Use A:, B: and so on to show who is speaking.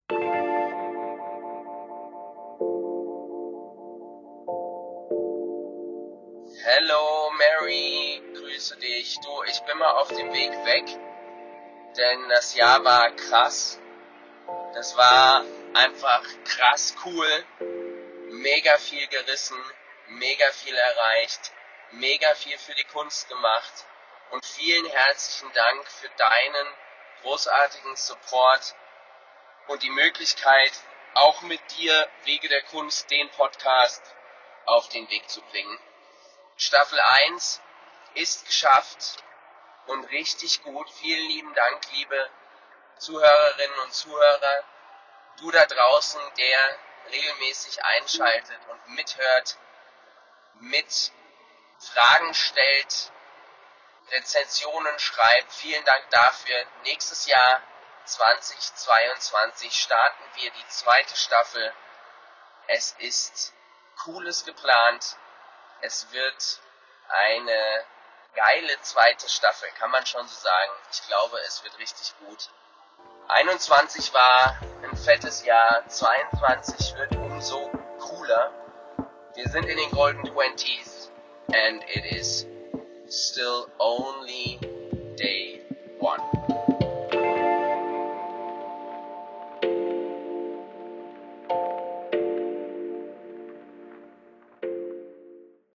A: Hello Mary, grüße dich. Du, ich bin mal auf dem Weg weg, denn das Jahr war krass. Das war einfach krass cool, mega viel gerissen, mega viel erreicht, mega viel für die Kunst gemacht und vielen herzlichen Dank für deinen großartigen Support und die Möglichkeit, auch mit dir Wege der Kunst den Podcast auf den Weg zu bringen. Staffel 1 ist geschafft und richtig gut. Vielen lieben Dank, liebe Zuhörerinnen und Zuhörer. Du da draußen, der regelmäßig einschaltet und mithört, mit Fragen stellt, Rezensionen schreibt. Vielen Dank dafür. Nächstes Jahr 2022 starten wir die zweite Staffel. Es ist Cooles geplant. Es wird eine geile zweite Staffel, kann man schon so sagen. Ich glaube, es wird richtig gut. 21 war ein fettes Jahr, 22 wird umso cooler. Wir sind in den Golden 20s and it is still only day one.